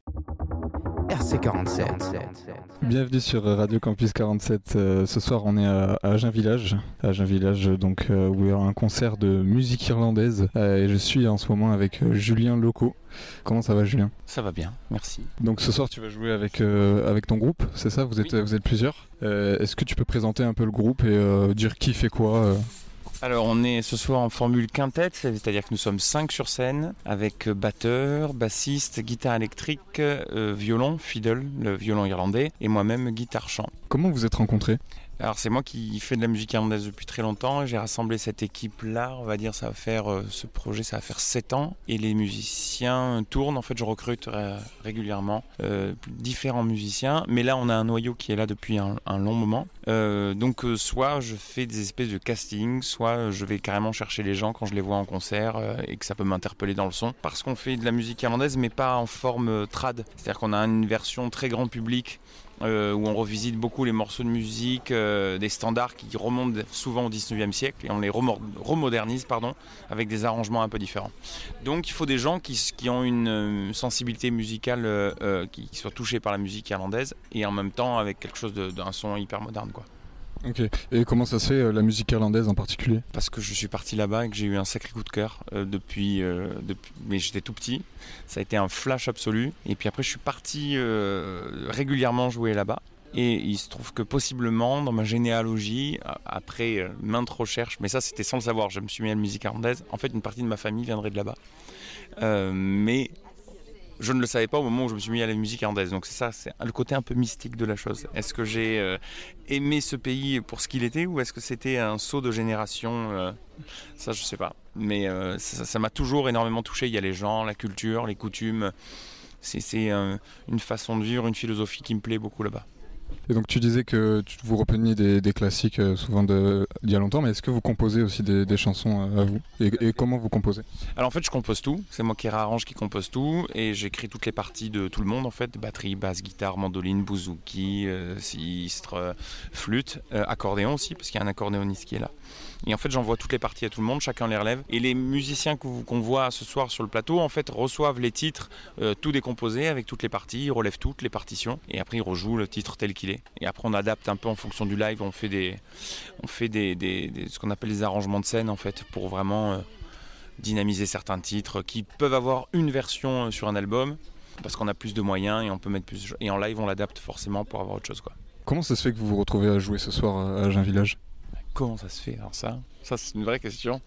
R C quarante-sept. Bienvenue sur Radio Campus quarante-sept. Euh, ce soir, on est à, à Agen Village. À Agen Village, donc, euh, où il y aura un concert de musique irlandaise. Euh, et je suis en ce moment avec euh, Julien Loco. Comment ça va, Julien ? Ça va bien, merci. Donc ce soir, tu vas jouer avec, euh, avec ton groupe, c'est ça ? Vous êtes, Oui. vous êtes plusieurs. Euh, est-ce que tu peux présenter un peu le groupe et euh, dire qui fait quoi euh Alors on est ce soir en formule quintette, c'est-à-dire que nous sommes cinq sur scène, avec batteur, bassiste, guitare électrique, euh, violon, fiddle, le violon irlandais, et moi-même guitare chant. Comment vous êtes rencontrés ? Alors c'est moi qui fais de la musique irlandaise depuis très longtemps. J'ai rassemblé cette équipe-là, on va dire, ça va faire euh, ce projet, ça va faire sept ans. Et les musiciens tournent. En fait, je recrute euh, régulièrement euh, différents musiciens. Mais là, on a un noyau qui est là depuis un, un long moment. Euh, donc, euh, soit je fais des espèces de casting, soit je vais carrément chercher les gens quand je les vois en concert euh, et que ça peut m'interpeller dans le son. Parce qu'on fait de la musique irlandaise, mais pas en forme euh, trad. C'est-à-dire qu'on a une version très grand public. Euh, où on revisite beaucoup les morceaux de musique, euh, des standards qui remontent souvent au dix-neuvième siècle et on les remor- remodernise pardon, avec des arrangements un peu différents. Donc il faut des gens qui, qui ont une euh, sensibilité musicale, euh, euh, qui, qui soient touchés par la musique irlandaise et en même temps avec quelque chose de, d'un son hyper moderne, quoi. Ok. Et comment ça se fait, euh, la musique irlandaise en particulier ? Parce que je suis parti là-bas et que j'ai eu un sacré coup de cœur euh, depuis, euh, depuis, mais j'étais tout petit. Ça a été un flash absolu. Et puis après, je suis parti euh, régulièrement jouer là-bas. Et il se trouve que possiblement, dans ma généalogie, après euh, maintes recherches, mais ça c'était sans le savoir, je me suis mis à la musique irlandaise. En fait, une partie de ma famille viendrait de là-bas. Euh, mais je ne le savais pas au moment où je me suis mis à la musique irlandaise. Donc c'est ça, c'est le côté un peu mystique de la chose. Est-ce que j'ai euh, aimé ce pays pour ce qu'il était ou est-ce que c'était un saut de génération euh, Ça, je ne sais pas. Mais euh, ça, ça m'a toujours énormément touché. Il y a les gens, la culture, les coutumes. C'est, c'est euh, une façon de vivre, une philosophie qui me plaît beaucoup là-bas. Et donc tu disais que tu vous repreniez des, des classiques euh, souvent de, d'il y a longtemps, mais est-ce que vous composez aussi des, des chansons à vous et, et comment vous composez ? Alors en fait je compose tout, c'est moi qui réarrange, qui compose tout et j'écris toutes les parties de tout le monde en fait, batterie, basse, guitare, mandoline, bouzouki, euh, sistre, euh, flûte, euh, accordéon aussi parce qu'il y a un accordéoniste qui est là. Et en fait j'envoie toutes les parties à tout le monde, chacun les relève et les musiciens qu'on voit ce soir sur le plateau en fait reçoivent les titres euh, tout décomposés avec toutes les parties, ils relèvent toutes les partitions et après ils rejouent le titre tel qu'il est. Et après on adapte un peu en fonction du live, on fait des, on fait des, des, des ce qu'on appelle des arrangements de scène en fait pour vraiment euh, dynamiser certains titres qui peuvent avoir une version sur un album parce qu'on a plus de moyens et on peut mettre plus et en live on l'adapte forcément pour avoir autre chose quoi. Comment ça se fait que vous vous retrouvez à jouer ce soir à Agen Village ? Comment ça se fait alors ça Ça c'est une vraie question.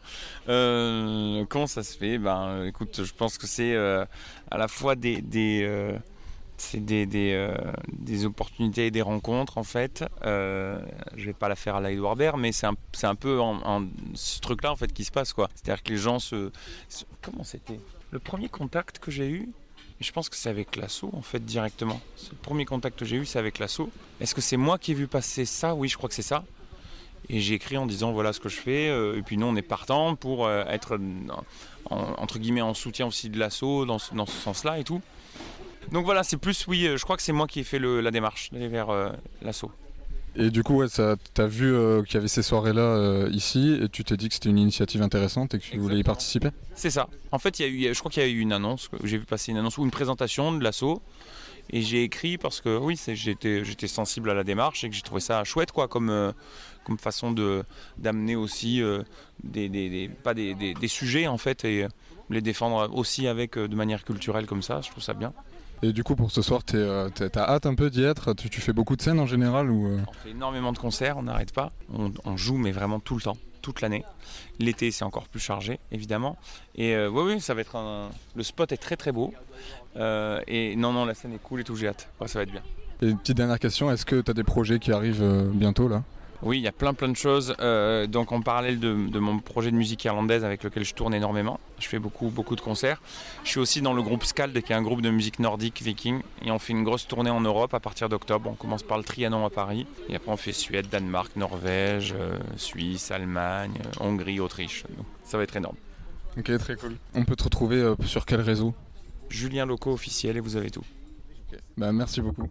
Euh, comment ça se fait Ben écoute, je pense que c'est euh, à la fois des, des euh, c'est des, des, euh, des opportunités et des rencontres en fait. Euh, je vais pas la faire à la Edouard Baird, mais c'est un, c'est un peu en, en, ce truc-là en fait qui se passe quoi. C'est-à-dire que les gens se, se comment c'était le premier contact que j'ai eu. Je pense que c'est avec l'assaut en fait directement. Le premier contact que j'ai eu c'est avec l'assaut. Est-ce que c'est moi qui ai vu passer ça ? Oui, je crois que c'est ça. Et j'ai écrit en disant voilà ce que je fais euh, et puis nous on est partant pour euh, être en, entre guillemets en soutien aussi de l'assaut dans ce, dans ce sens-là et tout. Donc voilà, c'est plus oui, je crois que c'est moi qui ai fait le, la démarche d'aller vers euh, l'assaut. Et du coup, ouais, ça, t'as vu euh, qu'il y avait ces soirées-là euh, ici et tu t'es dit que c'était une initiative intéressante et que tu Exactement. Voulais y participer ? C'est ça. En fait, il y a eu, je crois qu'il y a eu une annonce, j'ai vu passer une annonce ou une présentation de l'assaut. Et j'ai écrit parce que oui, c'est, j'étais, j'étais sensible à la démarche et que j'ai trouvé ça chouette quoi, comme, euh, comme façon de, d'amener aussi euh, des, des, des, pas des, des, des sujets en fait et les défendre aussi avec, euh, de manière culturelle comme ça, je trouve ça bien. Et du coup pour ce soir, t'es, euh, t'es, t'as hâte un peu d'y être ? tu, tu fais beaucoup de scènes en général ou euh... On fait énormément de concerts, on n'arrête pas, on, on joue mais vraiment tout le temps. Toute l'année. L'été, c'est encore plus chargé, évidemment. Et euh, oui, oui, ça va être un... Le spot est très très beau. Euh, et non, non, la scène est cool et tout, j'ai hâte. Ouais, ça va être bien. Et une petite dernière question, est-ce que tu as des projets qui arrivent euh, bientôt là ? Oui, il y a plein plein de choses. Euh, donc en parallèle de, de mon projet de musique irlandaise avec lequel je tourne énormément, je fais beaucoup beaucoup de concerts. Je suis aussi dans le groupe Skald, qui est un groupe de musique nordique viking, et on fait une grosse tournée en Europe à partir d'octobre. On commence par le Trianon à Paris, et après on fait Suède, Danemark, Norvège, euh, Suisse, Allemagne, euh, Hongrie, Autriche. Donc, ça va être énorme. Ok, très cool. On peut te retrouver euh, sur quel réseau ? Julien Loco officiel et vous avez tout. Okay. Bah, merci beaucoup.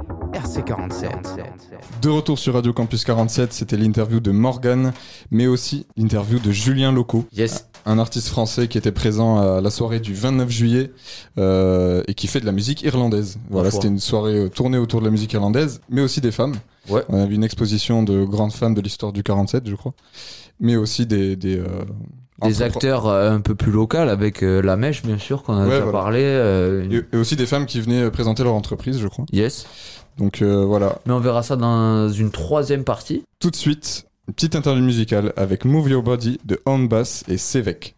R C quarante-sept. De retour sur Radio Campus quarante-sept, c'était l'interview de Morgane, mais aussi l'interview de Julien Loco, yes. un artiste français qui était présent à la soirée du vingt-neuf juillet euh, et qui fait de la musique irlandaise. Voilà, c'était une soirée tournée autour de la musique irlandaise, mais aussi des femmes. Ouais. On a vu une exposition de grandes femmes de l'histoire du quarante-sept, je crois, mais aussi des... des euh, Des acteurs euh, un peu plus locaux avec euh, La Mèche bien sûr qu'on a ouais, déjà voilà. parlé euh, une... et, et aussi des femmes qui venaient présenter leur entreprise je crois. Yes. Donc euh, voilà. Mais on verra ça dans une troisième partie. Tout de suite, une petite interview musicale avec Move Your Body de Onbass et Sevek.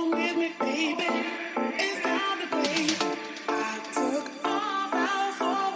Come with me, baby. It's time to play. I took off out for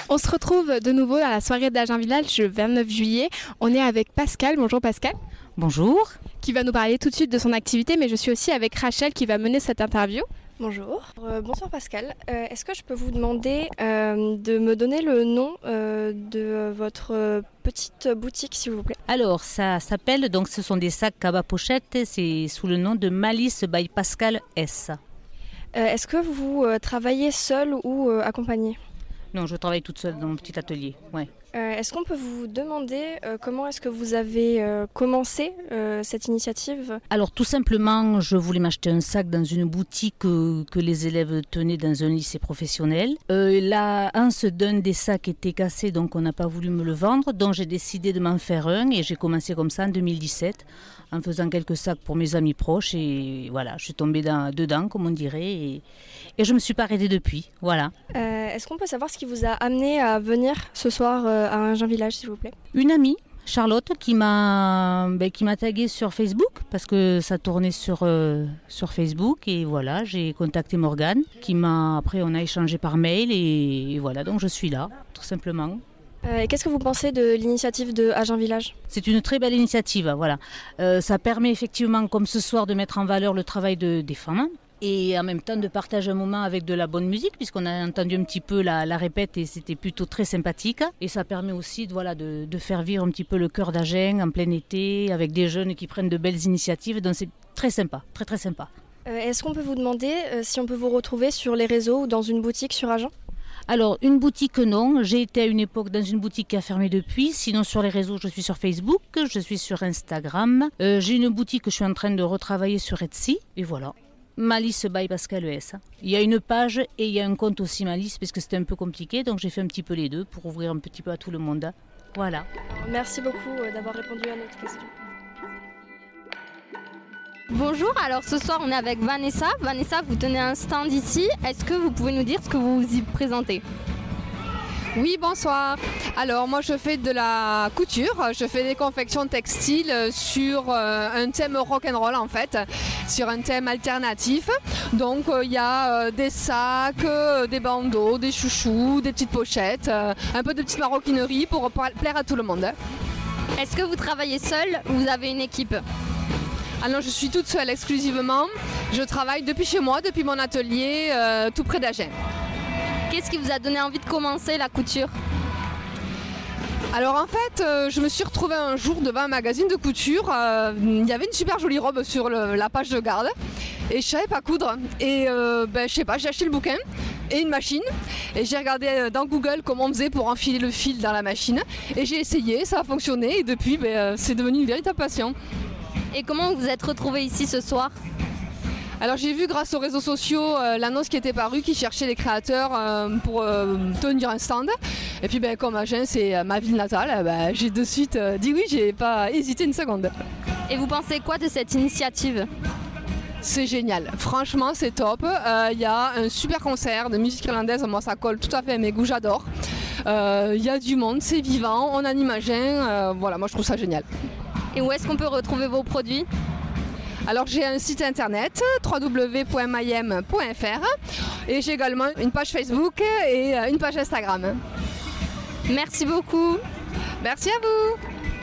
On se retrouve de nouveau à la soirée d'Agen Village le vingt-neuf juillet. On est avec Pascal. Bonjour Pascal. Bonjour. Qui va nous parler tout de suite de son activité, mais je suis aussi avec Rachel qui va mener cette interview. Bonjour. Euh, bonsoir Pascal. Euh, est-ce que je peux vous demander euh, de me donner le nom euh, de votre petite boutique, s'il vous plaît? Alors, ça s'appelle, donc ce sont des sacs cabas pochette, c'est sous le nom de Malice by Pascal S. Euh, est-ce que vous euh, travaillez seul ou euh, accompagné? Non, je travaille toute seule dans mon petit atelier, ouais. Euh, est-ce qu'on peut vous demander euh, comment est-ce que vous avez euh, commencé euh, cette initiative? Alors tout simplement, je voulais m'acheter un sac dans une boutique euh, que les élèves tenaient dans un lycée professionnel. Euh, la hanse d'un des sacs était cassée, donc on n'a pas voulu me le vendre. Donc j'ai décidé de m'en faire un et j'ai commencé comme ça en deux mille dix-sept en faisant quelques sacs pour mes amis proches. Et voilà, je suis tombée dans, dedans, comme on dirait, et, et je ne me suis pas arrêtée depuis. Voilà. Euh, est-ce qu'on peut savoir ce qui vous a amené à venir ce soir euh, à Agen Village, s'il vous plaît? Une amie, Charlotte, qui m'a ben, qui m'a taguée sur Facebook parce que ça tournait sur euh, sur Facebook, et voilà, j'ai contacté Morgane qui m'a après on a échangé par mail, et, et voilà, donc je suis là tout simplement. Euh, qu'est-ce que vous pensez de l'initiative de Agen Village? C'est une très belle initiative, voilà. Euh, ça permet effectivement, comme ce soir, de mettre en valeur le travail de, des femmes. Et en même temps de partager un moment avec de la bonne musique, puisqu'on a entendu un petit peu la, la répète et c'était plutôt très sympathique. Et ça permet aussi de, voilà, de, de faire vivre un petit peu le cœur d'Agen en plein été, avec des jeunes qui prennent de belles initiatives. Donc c'est très sympa, très très sympa. Euh, est-ce qu'on peut vous demander euh, si on peut vous retrouver sur les réseaux ou dans une boutique sur Agen? Alors, une boutique, non. J'ai été à une époque dans une boutique qui a fermé depuis. Sinon, sur les réseaux, je suis sur Facebook, je suis sur Instagram. Euh, j'ai une boutique que je suis en train de retravailler sur Etsy. Et voilà. Malice by Pascal S. Il y a une page et il y a un compte aussi Malice parce que c'était un peu compliqué, donc j'ai fait un petit peu les deux pour ouvrir un petit peu à tout le monde. Voilà. Merci beaucoup d'avoir répondu à notre question. Bonjour, alors ce soir on est avec Vanessa. Vanessa, vous tenez un stand ici. Est-ce que vous pouvez nous dire ce que vous y présentez ? Oui, bonsoir. Alors moi je fais de la couture, je fais des confections textiles sur euh, un thème rock'n'roll en fait, sur un thème alternatif. Donc il euh, y a euh, des sacs, euh, des bandeaux, des chouchous, des petites pochettes, euh, un peu de petite maroquinerie pour plaire à tout le monde. Est-ce que vous travaillez seul ou vous avez une équipe ? Ah non, je suis toute seule exclusivement. Je travaille depuis chez moi, depuis mon atelier, euh, tout près d'Agen. Qu'est-ce qui vous a donné envie de commencer la couture ? Alors en fait, euh, je me suis retrouvée un jour devant un magazine de couture. Euh, il y avait une super jolie robe sur le, la page de garde et je savais pas coudre. Et euh, ben, je sais pas, j'ai acheté le bouquin et une machine et j'ai regardé dans Google comment on faisait pour enfiler le fil dans la machine et j'ai essayé, ça a fonctionné et depuis ben, euh, c'est devenu une véritable passion. Et comment vous vous êtes retrouvés ici ce soir ? Alors j'ai vu grâce aux réseaux sociaux euh, l'annonce qui était parue qui cherchait les créateurs euh, pour euh, tenir un stand. Et puis ben, comme Agen c'est euh, ma ville natale, ben, j'ai de suite euh, dit oui, j'ai pas hésité une seconde. Et vous pensez quoi de cette initiative ? C'est génial, franchement c'est top. Il euh, y a un super concert de musique irlandaise, moi ça colle tout à fait à mes goûts, j'adore. Il euh, y a du monde, c'est vivant, on anime Agen, euh, voilà, moi je trouve ça génial. Et où est-ce qu'on peut retrouver vos produits ? Alors j'ai un site internet w w w point mayem point f r et j'ai également une page Facebook et une page Instagram. Merci beaucoup. Merci à vous.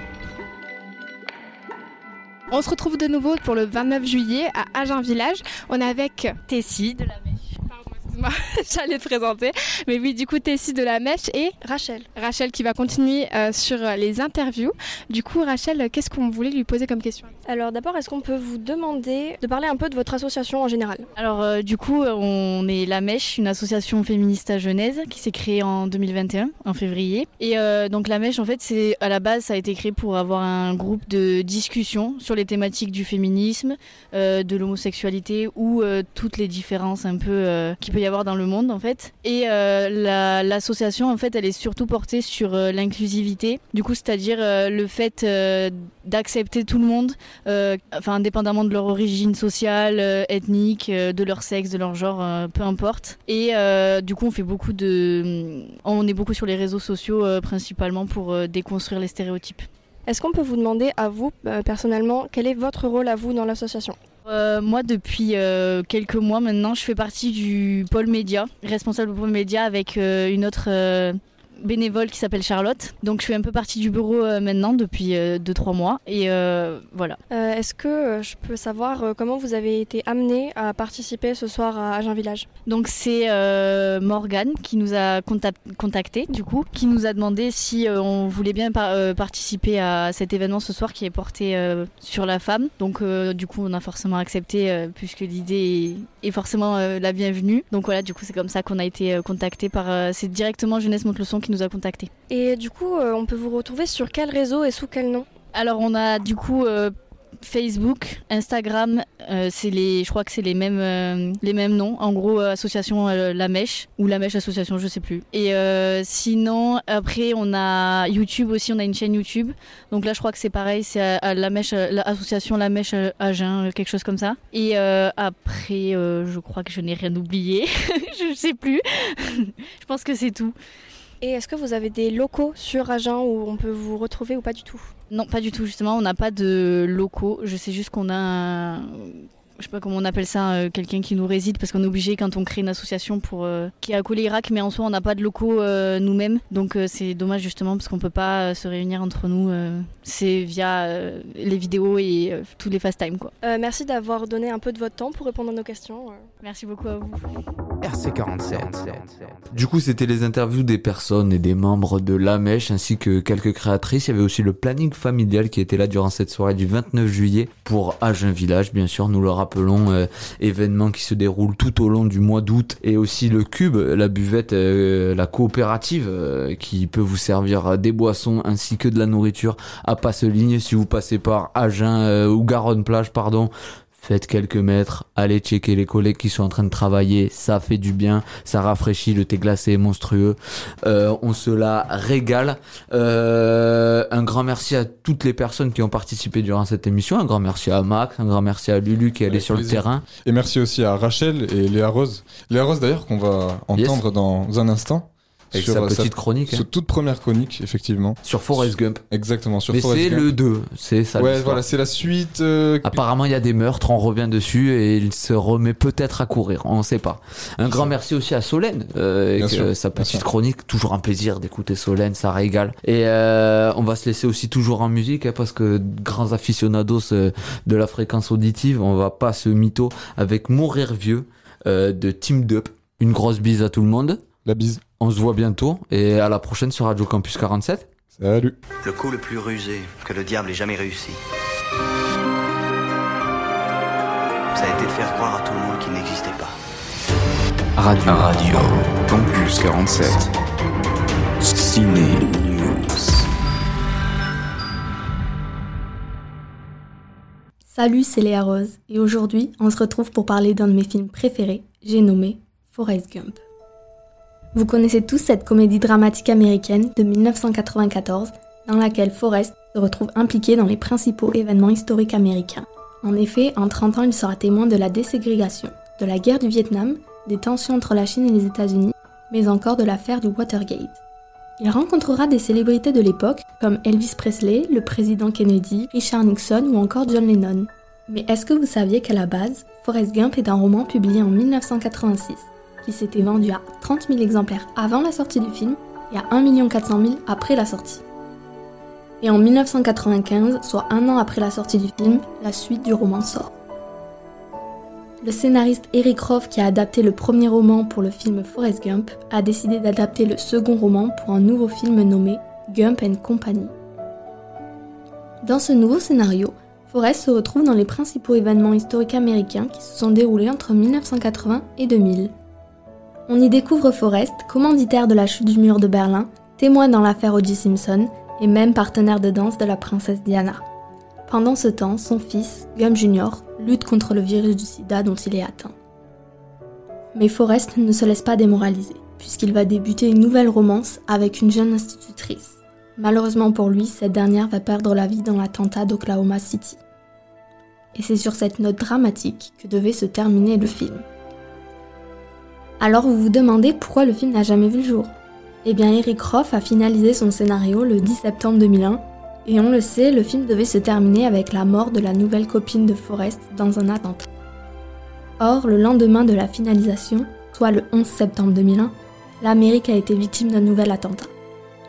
On se retrouve de nouveau pour le vingt-neuf juillet à Agen Village. On est avec Tessie de la Mèche. Pardon, excuse-moi, j'allais te présenter. Mais oui, du coup, Tessie de la Mèche et Rachel. Rachel qui va continuer euh, sur les interviews. Du coup, Rachel, qu'est-ce qu'on voulait lui poser comme question ? Alors d'abord, est-ce qu'on peut vous demander de parler un peu de votre association en général ? Alors euh, du coup, on est La Mèche, une association féministe à Genèse qui s'est créée en deux mille vingt et un, en février. Et euh, donc La Mèche, en fait, c'est à la base, ça a été créé pour avoir un groupe de discussion sur les thématiques du féminisme, euh, de l'homosexualité ou euh, toutes les différences un peu euh, qu'il peut y avoir dans le monde, en fait. Et euh, la, l'association, en fait, elle est surtout portée sur euh, l'inclusivité. Du coup, c'est-à-dire euh, le fait euh, d'accepter tout le monde. Euh, enfin, indépendamment de leur origine sociale, euh, ethnique, euh, de leur sexe, de leur genre, euh, peu importe. Et euh, du coup, on fait beaucoup de, on est beaucoup sur les réseaux sociaux euh, principalement pour euh, déconstruire les stéréotypes. Est-ce qu'on peut vous demander à vous, euh, personnellement, quel est votre rôle à vous dans l'association ? Euh, moi, depuis euh, quelques mois maintenant, je fais partie du pôle média, responsable du pôle média avec euh, une autre euh, bénévole qui s'appelle Charlotte. Donc je fais un peu partie du bureau euh, maintenant depuis deux trois mois et euh, voilà. Euh, est-ce que euh, je peux savoir euh, comment vous avez été amené à participer ce soir à Agen Village ? Donc c'est euh, Morgane qui nous a conta- contacté du coup, qui nous a demandé si euh, on voulait bien par- euh, participer à cet événement ce soir qui est porté euh, sur la femme. Donc euh, du coup on a forcément accepté euh, puisque l'idée est, est forcément euh, la bienvenue. Donc voilà, du coup c'est comme ça qu'on a été euh, contacté par euh, c'est directement Jeunesse Monte le Son qui nous a contacté. Et du coup euh, on peut vous retrouver sur quel réseau et sous quel nom ? Alors on a du coup euh, Facebook, Instagram, euh, c'est les, je crois que c'est les mêmes, euh, les mêmes noms. En gros, euh, association euh, La Mèche ou La Mèche Association, je sais plus. Et euh, sinon, après, on a YouTube aussi. On a une chaîne YouTube. Donc là, je crois que c'est pareil, c'est à, à La Mèche, l'association La Mèche Agen, quelque chose comme ça. Et euh, après, euh, je crois que je n'ai rien oublié. Je sais plus. Je pense que c'est tout. Et est-ce que vous avez des locaux sur Agen où on peut vous retrouver ou pas du tout ? Non, pas du tout, justement, on n'a pas de locaux. Je sais juste qu'on a un... Je sais pas comment on appelle ça, euh, quelqu'un qui nous réside, parce qu'on est obligé quand on crée une association pour, euh, qui est à Colérac, mais en soi on n'a pas de locaux euh, nous-mêmes. Donc euh, c'est dommage justement parce qu'on peut pas euh, se réunir entre nous. Euh, c'est via euh, les vidéos et euh, tous les FaceTime quoi. Euh, merci d'avoir donné un peu de votre temps pour répondre à nos questions. Merci beaucoup à vous. R C quarante-sept. Du coup, c'était les interviews des personnes et des membres de La Mèche ainsi que quelques créatrices. Il y avait aussi le planning familial qui était là durant cette soirée du vingt-neuf juillet pour Agen Village. Bien sûr, nous le rappelons, euh, événement qui se déroule tout au long du mois d'août. Et aussi le Cube, la buvette, euh, la coopérative euh, qui peut vous servir des boissons ainsi que de la nourriture à Passeligne. Si vous passez par Agen euh, ou Garonne-Plage, pardon, faites quelques mètres, allez checker les collègues qui sont en train de travailler, ça fait du bien, ça rafraîchit, le thé glacé est monstrueux, euh, on se la régale. Euh, un grand merci à toutes les personnes qui ont participé durant cette émission, un grand merci à Max, un grand merci à Lulu qui est allé sur plaisir. Le terrain. Et merci aussi à Rachel et Léa Rose. Léa Rose d'ailleurs qu'on va entendre yes. dans un instant. Avec sur sa petite sa, chronique. Sa toute première chronique, effectivement. Sur Forrest Gump. Exactement, sur Mais Forrest c'est Gump. le deux, c'est ça. Ouais, l'histoire. Voilà, c'est la suite. Euh... Apparemment, il y a des meurtres, on revient dessus et il se remet peut-être à courir, on ne sait pas. Un grand merci aussi à Solène, euh, avec sûr, sa petite chronique. Toujours un plaisir d'écouter Solène, ça régale. Et euh, on va se laisser aussi toujours en musique, hein, parce que grands aficionados euh, de la fréquence auditive, on va pas se mytho avec Mourir Vieux euh, de Team Up. Une grosse bise à tout le monde. La bise. On se voit bientôt et à la prochaine sur Radio Campus quarante-sept. Salut. Le coup le plus rusé que le diable ait jamais réussi, ça a été de faire croire à tout le monde qu'il n'existait pas. Radio Radio Campus quarante-sept. Ciné News. Salut, c'est Léa Rose et aujourd'hui on se retrouve pour parler d'un de mes films préférés, j'ai nommé Forrest Gump. Vous connaissez tous cette comédie dramatique américaine de dix-neuf cent quatre-vingt-quatorze dans laquelle Forrest se retrouve impliqué dans les principaux événements historiques américains. En effet, en trente ans, il sera témoin de la déségrégation, de la guerre du Vietnam, des tensions entre la Chine et les États-Unis, mais encore de l'affaire du Watergate. Il rencontrera des célébrités de l'époque comme Elvis Presley, le président Kennedy, Richard Nixon ou encore John Lennon. Mais est-ce que vous saviez qu'à la base, Forrest Gump est un roman publié en dix-neuf cent quatre-vingt-six qui s'était vendu à trente mille exemplaires avant la sortie du film et à un million quatre cent mille après la sortie. Et en dix-neuf cent quatre-vingt-quinze, soit un an après la sortie du film, la suite du roman sort. Le scénariste Eric Roth, qui a adapté le premier roman pour le film Forrest Gump, a décidé d'adapter le second roman pour un nouveau film nommé Gump and Company. Dans ce nouveau scénario, Forrest se retrouve dans les principaux événements historiques américains qui se sont déroulés entre dix-neuf cent quatre-vingts et deux mille. On y découvre Forrest, commanditaire de la chute du mur de Berlin, témoin dans l'affaire O J Simpson et même partenaire de danse de la princesse Diana. Pendant ce temps, son fils, Gump Junior, lutte contre le virus du sida dont il est atteint. Mais Forrest ne se laisse pas démoraliser, puisqu'il va débuter une nouvelle romance avec une jeune institutrice. Malheureusement pour lui, cette dernière va perdre la vie dans l'attentat d'Oklahoma City. Et c'est sur cette note dramatique que devait se terminer le film. Alors vous vous demandez pourquoi le film n'a jamais vu le jour ? Eh bien Eric Roth a finalisé son scénario le dix septembre deux mille un, et on le sait, le film devait se terminer avec la mort de la nouvelle copine de Forrest dans un attentat. Or, le lendemain de la finalisation, soit le onze septembre deux mille un, l'Amérique a été victime d'un nouvel attentat.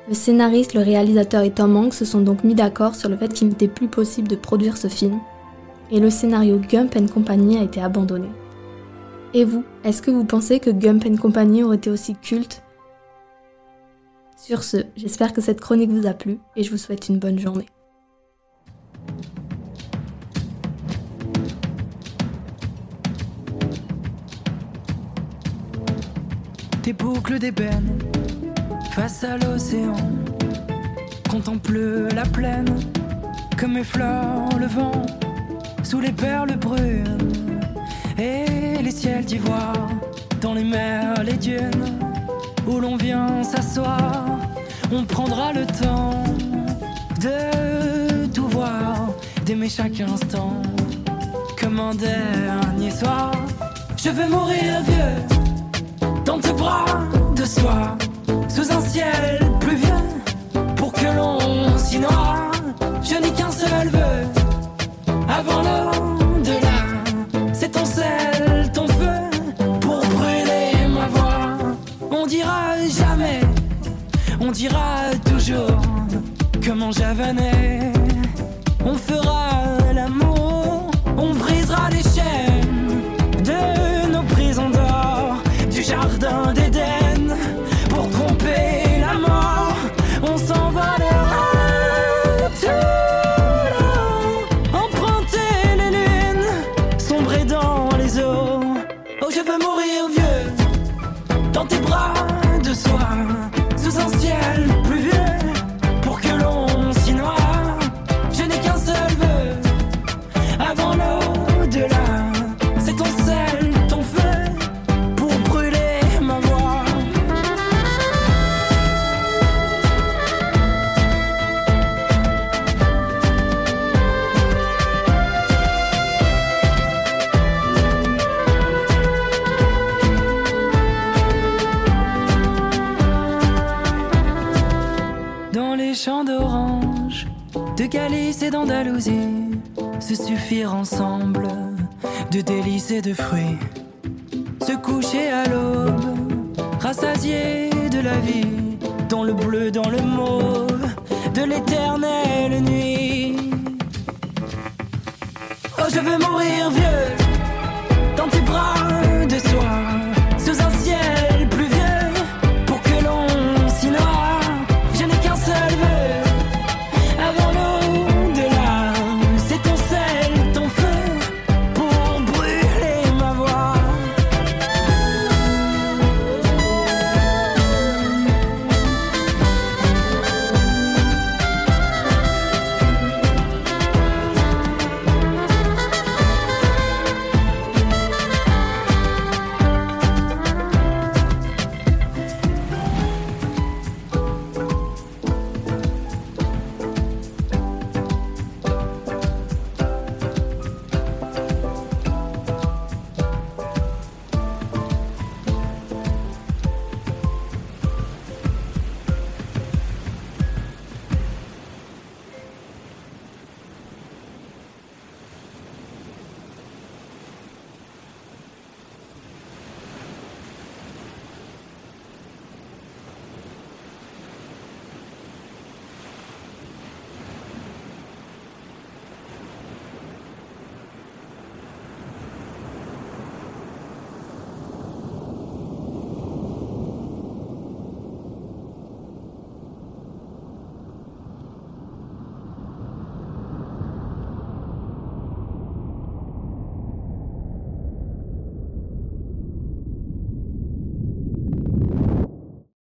Le scénariste, le réalisateur et Tom Hanks se sont donc mis d'accord sur le fait qu'il n'était plus possible de produire ce film, et le scénario Gump and Company a été abandonné. Et vous, est-ce que vous pensez que Gump and Company aurait été aussi culte ? Sur ce, j'espère que cette chronique vous a plu et je vous souhaite une bonne journée. Des boucles d'ébène face à l'océan, contemple la plaine comme effleure le vent sous les perles brunes et les ciels d'ivoire dans les mers, les dunes où l'on vient s'asseoir. On prendra le temps de tout voir, d'aimer chaque instant comme un dernier soir. Je veux mourir vieux dans tes bras de soie, sous un ciel pluvieux, pour que l'on s'y noie. Je n'ai qu'un seul vœu, avant l'au-delà, c'est ton sel, ton feu, pour brûler ma voix. On dira jamais, on dira toujours, comme en javanais. On fera l'amour, on brisera les chaînes de nos prisons d'or, du jardin d'Éden, pour tromper la mort. On s'envolera tout là-haut, emprunter les lunes, sombrer dans les eaux. Oh, je veux mourir vieux dans tes bras de soie, sous un ciel pluvieux, pour que l'on s'y noie. Je n'ai qu'un seul vœu, avant l'au-delà, c'est ton sel, ton feu, pour brûler ma voix. Dans les champs d'orange, de Galice et d'Andalousie, se suffire ensemble de délices et de fruits. Se coucher à l'aube, rassasié de la vie, dans le bleu, dans le mauve, de l'éternelle nuit. Oh, je veux mourir vieux